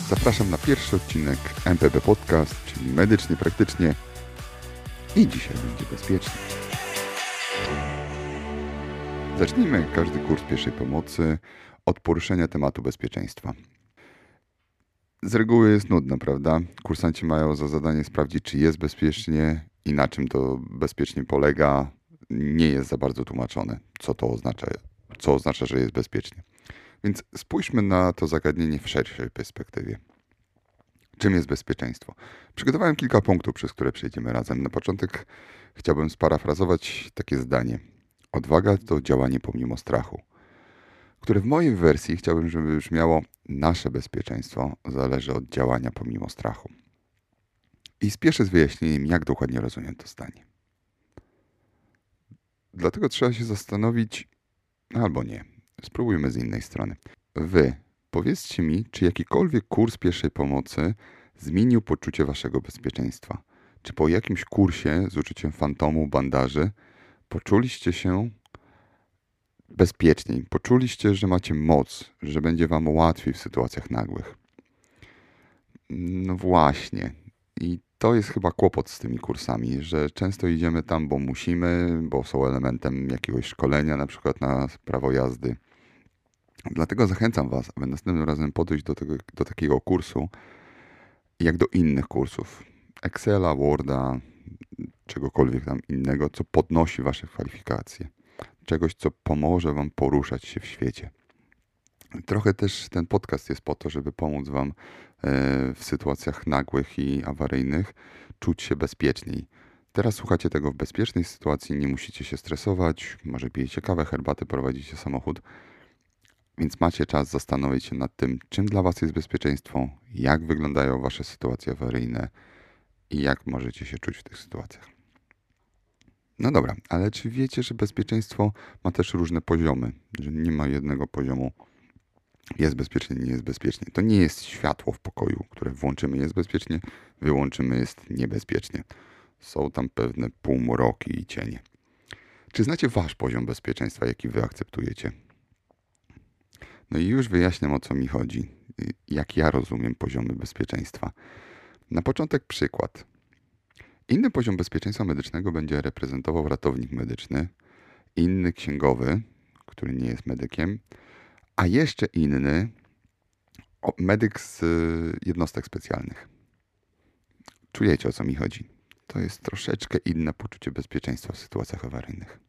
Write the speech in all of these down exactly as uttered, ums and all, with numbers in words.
Zapraszam na pierwszy odcinek M P B Podcast, czyli Medycznie Praktycznie, i dzisiaj będzie bezpiecznie. Zacznijmy każdy kurs pierwszej pomocy od poruszenia tematu bezpieczeństwa. Z reguły jest nudno, prawda? Kursanci mają za zadanie sprawdzić, czy jest bezpiecznie i na czym to bezpiecznie polega. Nie jest za bardzo tłumaczone, co to oznacza, co oznacza, że jest bezpiecznie. Więc spójrzmy na to zagadnienie w szerszej perspektywie. Czym jest bezpieczeństwo? Przygotowałem kilka punktów, przez które przejdziemy razem. Na początek chciałbym sparafrazować takie zdanie. Odwaga to działanie pomimo strachu, które w mojej wersji chciałbym, żeby brzmiało: nasze bezpieczeństwo zależy od działania pomimo strachu. I spieszę z wyjaśnieniem, jak dokładnie rozumiem to zdanie. Dlatego trzeba się zastanowić, albo nie. Spróbujmy z innej strony. Wy, powiedzcie mi, czy jakikolwiek kurs pierwszej pomocy zmienił poczucie waszego bezpieczeństwa? Czy po jakimś kursie z użyciem fantomu, bandaży poczuliście się bezpieczniej? Poczuliście, że macie moc, że będzie wam łatwiej w sytuacjach nagłych? No właśnie. I to jest chyba kłopot z tymi kursami, że często idziemy tam, bo musimy, bo są elementem jakiegoś szkolenia, na przykład na prawo jazdy. Dlatego zachęcam was, aby następnym razem podejść do, tego, do takiego kursu, jak do innych kursów. Excela, Worda, czegokolwiek tam innego, co podnosi wasze kwalifikacje. Czegoś, co pomoże wam poruszać się w świecie. Trochę też ten podcast jest po to, żeby pomóc wam w sytuacjach nagłych i awaryjnych czuć się bezpieczniej. Teraz słuchacie tego w bezpiecznej sytuacji, nie musicie się stresować, może pijecie kawę, herbatę, prowadzicie samochód, więc macie czas zastanowić się nad tym, czym dla was jest bezpieczeństwo, jak wyglądają wasze sytuacje awaryjne i jak możecie się czuć w tych sytuacjach. No dobra, ale czy wiecie, że bezpieczeństwo ma też różne poziomy, że nie ma jednego poziomu? Jest bezpiecznie, nie jest bezpiecznie. To nie jest światło w pokoju, które włączymy, jest bezpiecznie, wyłączymy, jest niebezpiecznie. Są tam pewne półmroki i cienie. Czy znacie wasz poziom bezpieczeństwa, jaki wy akceptujecie? No i już wyjaśniam, o co mi chodzi. Jak ja rozumiem poziomy bezpieczeństwa. Na początek przykład. Inny poziom bezpieczeństwa medycznego będzie reprezentował ratownik medyczny, inny księgowy, który nie jest medykiem, a jeszcze inny medyk z jednostek specjalnych. Czujecie, o co mi chodzi? To jest troszeczkę inne poczucie bezpieczeństwa w sytuacjach awaryjnych.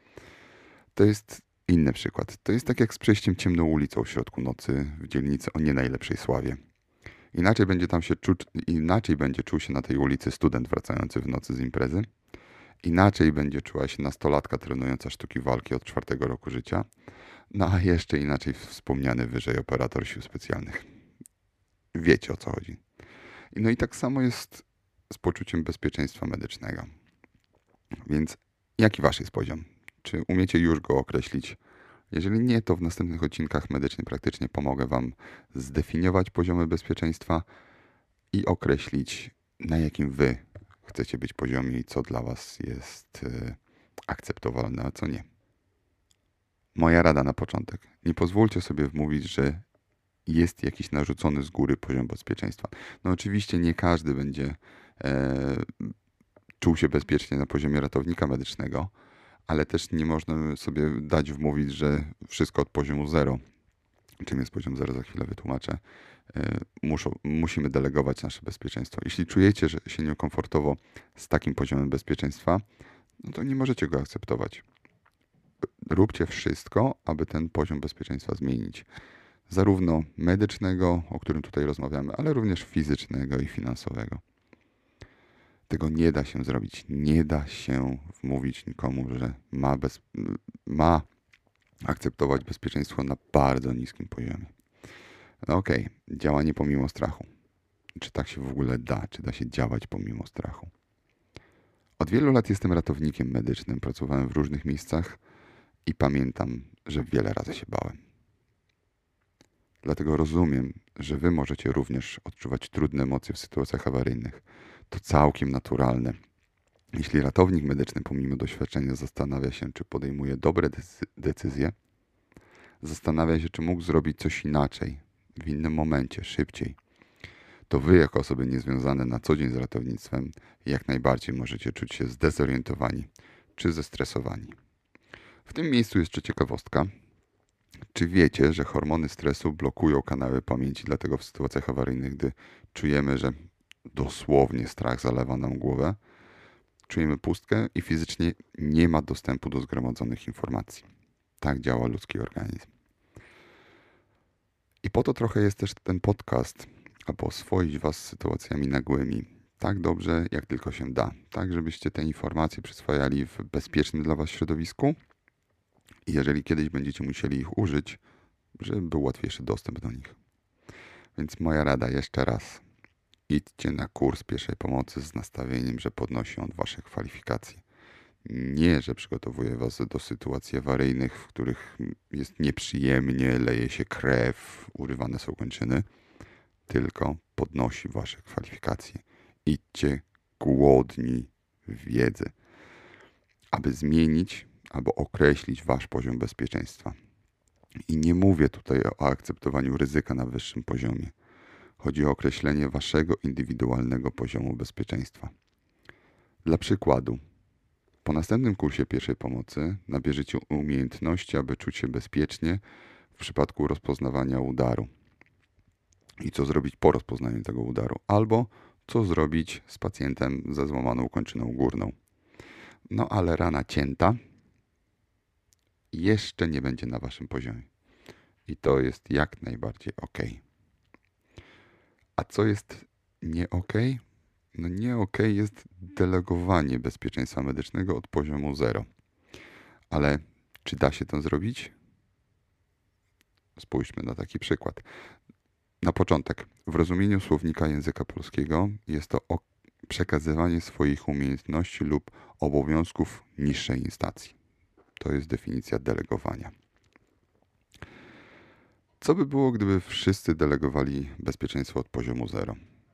To jest inny przykład. To jest tak jak z przejściem ciemną ulicą w środku nocy w dzielnicy o nie najlepszej sławie. Inaczej będzie tam się czu, inaczej będzie czuł się na tej ulicy student wracający w nocy z imprezy. Inaczej będzie czuła się nastolatka trenująca sztuki walki od czwartego roku życia. No a jeszcze inaczej wspomniany wyżej operator sił specjalnych. Wiecie, o co chodzi. No i tak samo jest z poczuciem bezpieczeństwa medycznego. Więc jaki wasz jest poziom? Czy umiecie już go określić? Jeżeli nie, to w następnych odcinkach medycznie praktycznie pomogę wam zdefiniować poziomy bezpieczeństwa i określić, na jakim wy chcecie być poziomie i co dla was jest y, akceptowalne, a co nie. Moja rada na początek. Nie pozwólcie sobie wmówić, że jest jakiś narzucony z góry poziom bezpieczeństwa. No oczywiście nie każdy będzie e, czuł się bezpiecznie na poziomie ratownika medycznego, ale też nie można sobie dać wmówić, że wszystko od poziomu zero. Czym jest poziom zero, za chwilę wytłumaczę. E, muszą, musimy delegować nasze bezpieczeństwo. Jeśli czujecie, że się niekomfortowo z takim poziomem bezpieczeństwa, no to nie możecie go akceptować. Róbcie wszystko, aby ten poziom bezpieczeństwa zmienić. Zarówno medycznego, o którym tutaj rozmawiamy, ale również fizycznego i finansowego. Tego nie da się zrobić. Nie da się wmówić nikomu, że ma, bez, ma akceptować bezpieczeństwo na bardzo niskim poziomie. No okej, okay. Działanie pomimo strachu. Czy tak się w ogóle da? Czy da się działać pomimo strachu? Od wielu lat jestem ratownikiem medycznym. Pracowałem w różnych miejscach i pamiętam, że wiele razy się bałem. Dlatego rozumiem, że wy możecie również odczuwać trudne emocje w sytuacjach awaryjnych. To całkiem naturalne. Jeśli ratownik medyczny pomimo doświadczenia zastanawia się, czy podejmuje dobre decyzje, zastanawia się, czy mógł zrobić coś inaczej, w innym momencie, szybciej, to wy jako osoby niezwiązane na co dzień z ratownictwem jak najbardziej możecie czuć się zdezorientowani czy zestresowani. W tym miejscu jeszcze ciekawostka. Czy wiecie, że hormony stresu blokują kanały pamięci, dlatego w sytuacjach awaryjnych, gdy czujemy, że dosłownie strach zalewa nam głowę, czujemy pustkę i fizycznie nie ma dostępu do zgromadzonych informacji. Tak działa ludzki organizm. I po to trochę jest też ten podcast, aby oswoić was z sytuacjami nagłymi tak dobrze, jak tylko się da. Tak, żebyście te informacje przyswajali w bezpiecznym dla was środowisku i jeżeli kiedyś będziecie musieli ich użyć, żeby był łatwiejszy dostęp do nich. Więc moja rada jeszcze raz. Idźcie na kurs pierwszej pomocy z nastawieniem, że podnosi on wasze kwalifikacje. Nie, że przygotowuje was do sytuacji awaryjnych, w których jest nieprzyjemnie, leje się krew, urywane są kończyny, tylko podnosi wasze kwalifikacje. Idźcie głodni wiedzy, aby zmienić, aby określić wasz poziom bezpieczeństwa. I nie mówię tutaj o akceptowaniu ryzyka na wyższym poziomie. Chodzi o określenie waszego indywidualnego poziomu bezpieczeństwa. Dla przykładu, po następnym kursie pierwszej pomocy nabierzecie umiejętności, aby czuć się bezpiecznie w przypadku rozpoznawania udaru. I co zrobić po rozpoznaniu tego udaru, albo co zrobić z pacjentem ze złamaną kończyną górną. No ale rana cięta jeszcze nie będzie na waszym poziomie. I to jest jak najbardziej ok. A co jest nie ok? No nie ok jest delegowanie bezpieczeństwa medycznego od poziomu zero. Ale czy da się to zrobić? Spójrzmy na taki przykład. Na początek, w rozumieniu słownika języka polskiego jest to przekazywanie swoich umiejętności lub obowiązków niższej instancji. To jest definicja delegowania. Co by było, gdyby wszyscy delegowali bezpieczeństwo od poziomu zero?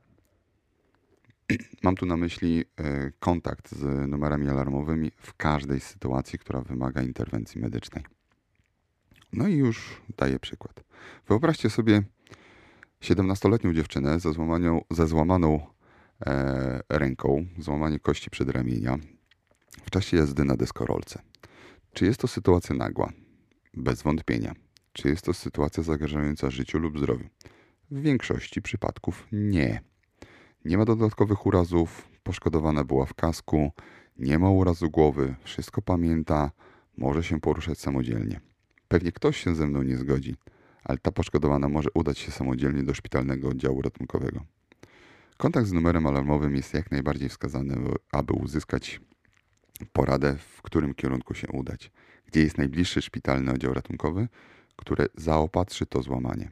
Mam tu na myśli kontakt z numerami alarmowymi w każdej sytuacji, która wymaga interwencji medycznej. No i już daję przykład. Wyobraźcie sobie siedemnastoletnią dziewczynę ze, ze złamaną e, ręką, złamanie kości przedramienia w czasie jazdy na deskorolce. Czy jest to sytuacja nagła? Bez wątpienia. Czy jest to sytuacja zagrażająca życiu lub zdrowiu? W większości przypadków nie. Nie ma dodatkowych urazów, poszkodowana była w kasku, nie ma urazu głowy, wszystko pamięta, może się poruszać samodzielnie. Pewnie ktoś się ze mną nie zgodzi, ale ta poszkodowana może udać się samodzielnie do szpitalnego oddziału ratunkowego. Kontakt z numerem alarmowym jest jak najbardziej wskazany, aby uzyskać poradę, w którym kierunku się udać. Gdzie jest najbliższy szpitalny oddział ratunkowy, który zaopatrzy to złamanie.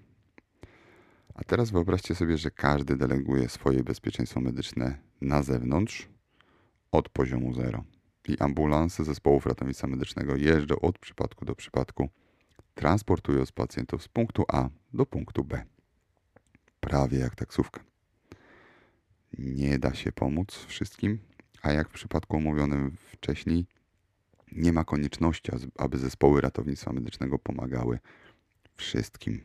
A teraz wyobraźcie sobie, że każdy deleguje swoje bezpieczeństwo medyczne na zewnątrz od poziomu zero. I ambulanse zespołów ratownictwa medycznego jeżdżą od przypadku do przypadku, transportując pacjentów z punktu A do punktu B. Prawie jak taksówka. Nie da się pomóc wszystkim, a jak w przypadku omówionym wcześniej, nie ma konieczności, aby zespoły ratownictwa medycznego pomagały wszystkim.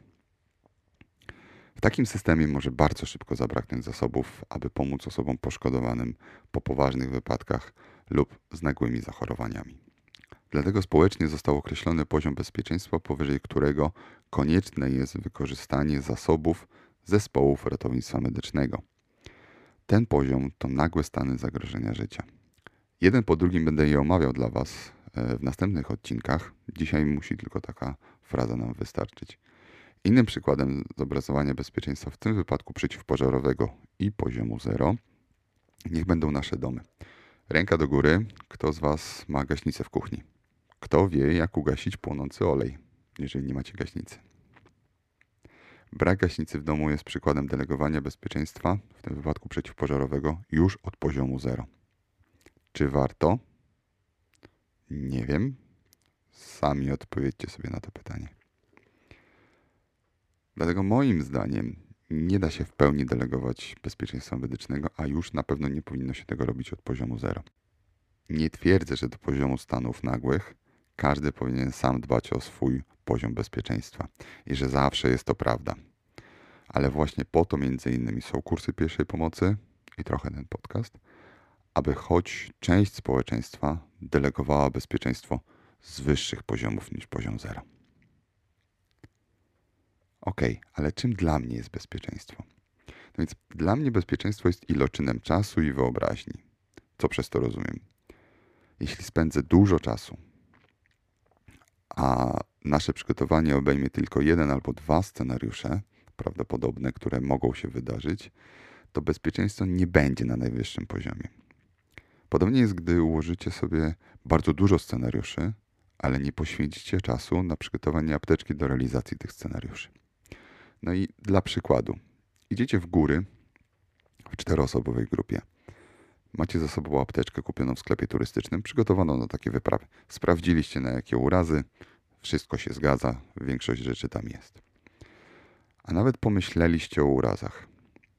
W takim systemie może bardzo szybko zabraknąć zasobów, aby pomóc osobom poszkodowanym po poważnych wypadkach lub z nagłymi zachorowaniami. Dlatego społecznie został określony poziom bezpieczeństwa, powyżej którego konieczne jest wykorzystanie zasobów zespołów ratownictwa medycznego. Ten poziom to nagłe stany zagrożenia życia. Jeden po drugim będę je omawiał dla Was w następnych odcinkach. Dzisiaj musi tylko taka fraza nam wystarczyć. Innym przykładem zobrazowania bezpieczeństwa, w tym wypadku przeciwpożarowego i poziomu zero, niech będą nasze domy. Ręka do góry, kto z Was ma gaśnicę w kuchni? Kto wie, jak ugasić płonący olej, jeżeli nie macie gaśnicy? Brak gaśnicy w domu jest przykładem delegowania bezpieczeństwa, w tym wypadku przeciwpożarowego, już od poziomu zero. Czy warto? Nie wiem. Sami odpowiedzcie sobie na to pytanie. Dlatego moim zdaniem nie da się w pełni delegować bezpieczeństwa medycznego, a już na pewno nie powinno się tego robić od poziomu zero. Nie twierdzę, że do poziomu stanów nagłych każdy powinien sam dbać o swój poziom bezpieczeństwa i że zawsze jest to prawda. Ale właśnie po to między innymi są kursy pierwszej pomocy i trochę ten podcast, aby choć część społeczeństwa delegowała bezpieczeństwo z wyższych poziomów niż poziom zero. Okej, ale czym dla mnie jest bezpieczeństwo? No więc dla mnie bezpieczeństwo jest iloczynem czasu i wyobraźni. Co przez to rozumiem? Jeśli spędzę dużo czasu, a nasze przygotowanie obejmie tylko jeden albo dwa scenariusze prawdopodobne, które mogą się wydarzyć, to bezpieczeństwo nie będzie na najwyższym poziomie. Podobnie jest, gdy ułożycie sobie bardzo dużo scenariuszy, ale nie poświęcicie czasu na przygotowanie apteczki do realizacji tych scenariuszy. No i dla przykładu, idziecie w góry w czteroosobowej grupie. Macie za sobą apteczkę kupioną w sklepie turystycznym, przygotowaną na takie wyprawy. Sprawdziliście, na jakie urazy, wszystko się zgadza, większość rzeczy tam jest. A nawet pomyśleliście o urazach.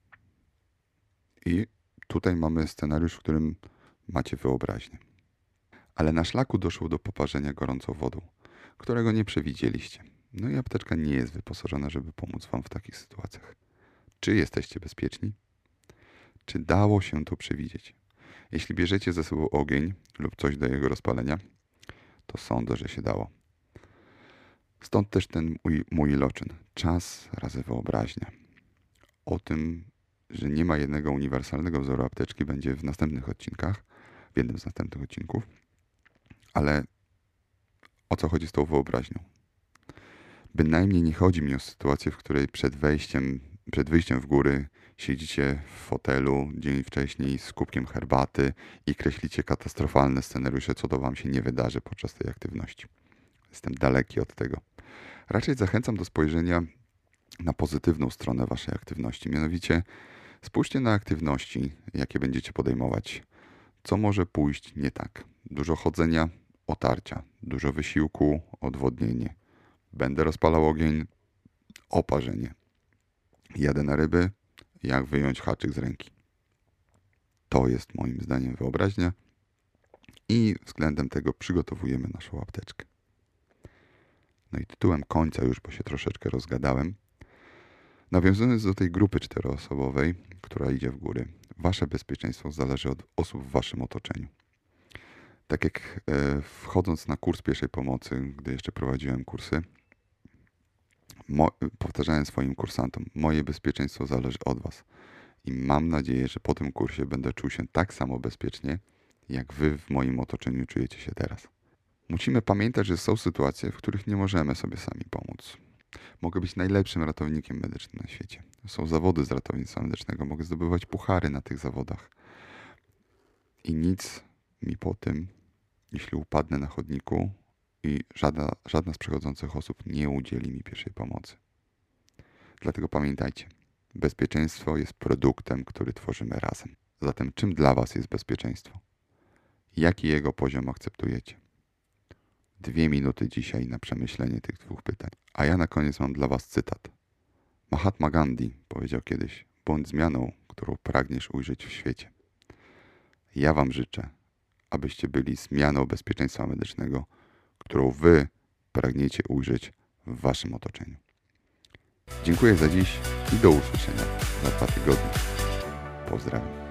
I tutaj mamy scenariusz, w którym macie wyobraźnię. Ale na szlaku doszło do poparzenia gorącą wodą, którego nie przewidzieliście. No i apteczka nie jest wyposażona, żeby pomóc wam w takich sytuacjach. Czy jesteście bezpieczni? Czy dało się to przewidzieć? Jeśli bierzecie ze sobą ogień lub coś do jego rozpalenia, to sądzę, że się dało. Stąd też ten mój, mój loczyn. Czas razy wyobraźnia. O tym, że nie ma jednego uniwersalnego wzoru apteczki, będzie w następnych odcinkach, w jednym z następnych odcinków. Ale o co chodzi z tą wyobraźnią? Bynajmniej nie chodzi mi o sytuację, w której przed wejściem, przed wyjściem w góry siedzicie w fotelu dzień wcześniej z kubkiem herbaty i kreślicie katastrofalne scenariusze, co to wam się nie wydarzy podczas tej aktywności. Jestem daleki od tego. Raczej zachęcam do spojrzenia na pozytywną stronę waszej aktywności. Mianowicie spójrzcie na aktywności, jakie będziecie podejmować. Co może pójść nie tak? Dużo chodzenia, otarcia. Dużo wysiłku, odwodnienie. Będę rozpalał ogień, oparzenie. Jadę na ryby, jak wyjąć haczyk z ręki. To jest moim zdaniem wyobraźnia i względem tego przygotowujemy naszą apteczkę. No i tytułem końca już, bo się troszeczkę rozgadałem. Nawiązując do tej grupy czteroosobowej, która idzie w góry, wasze bezpieczeństwo zależy od osób w waszym otoczeniu. Tak jak e, wchodząc na kurs pierwszej pomocy, gdy jeszcze prowadziłem kursy, mo- powtarzałem swoim kursantom, moje bezpieczeństwo zależy od was. I mam nadzieję, że po tym kursie będę czuł się tak samo bezpiecznie, jak wy w moim otoczeniu czujecie się teraz. Musimy pamiętać, że są sytuacje, w których nie możemy sobie sami pomóc. Mogę być najlepszym ratownikiem medycznym na świecie. Są zawody z ratownictwa medycznego, mogę zdobywać puchary na tych zawodach. I nic mi po tym, jeśli upadnę na chodniku i żadna, żadna z przechodzących osób nie udzieli mi pierwszej pomocy. Dlatego pamiętajcie, bezpieczeństwo jest produktem, który tworzymy razem. Zatem czym dla was jest bezpieczeństwo? Jaki jego poziom akceptujecie? Dwie minuty dzisiaj na przemyślenie tych dwóch pytań. A ja na koniec mam dla was cytat. Mahatma Gandhi powiedział kiedyś, bądź zmianą, którą pragniesz ujrzeć w świecie. Ja wam życzę, abyście byli zmianą bezpieczeństwa medycznego, którą wy pragniecie ujrzeć w waszym otoczeniu. Dziękuję za dziś i do usłyszenia za dwa tygodnie. Pozdrawiam.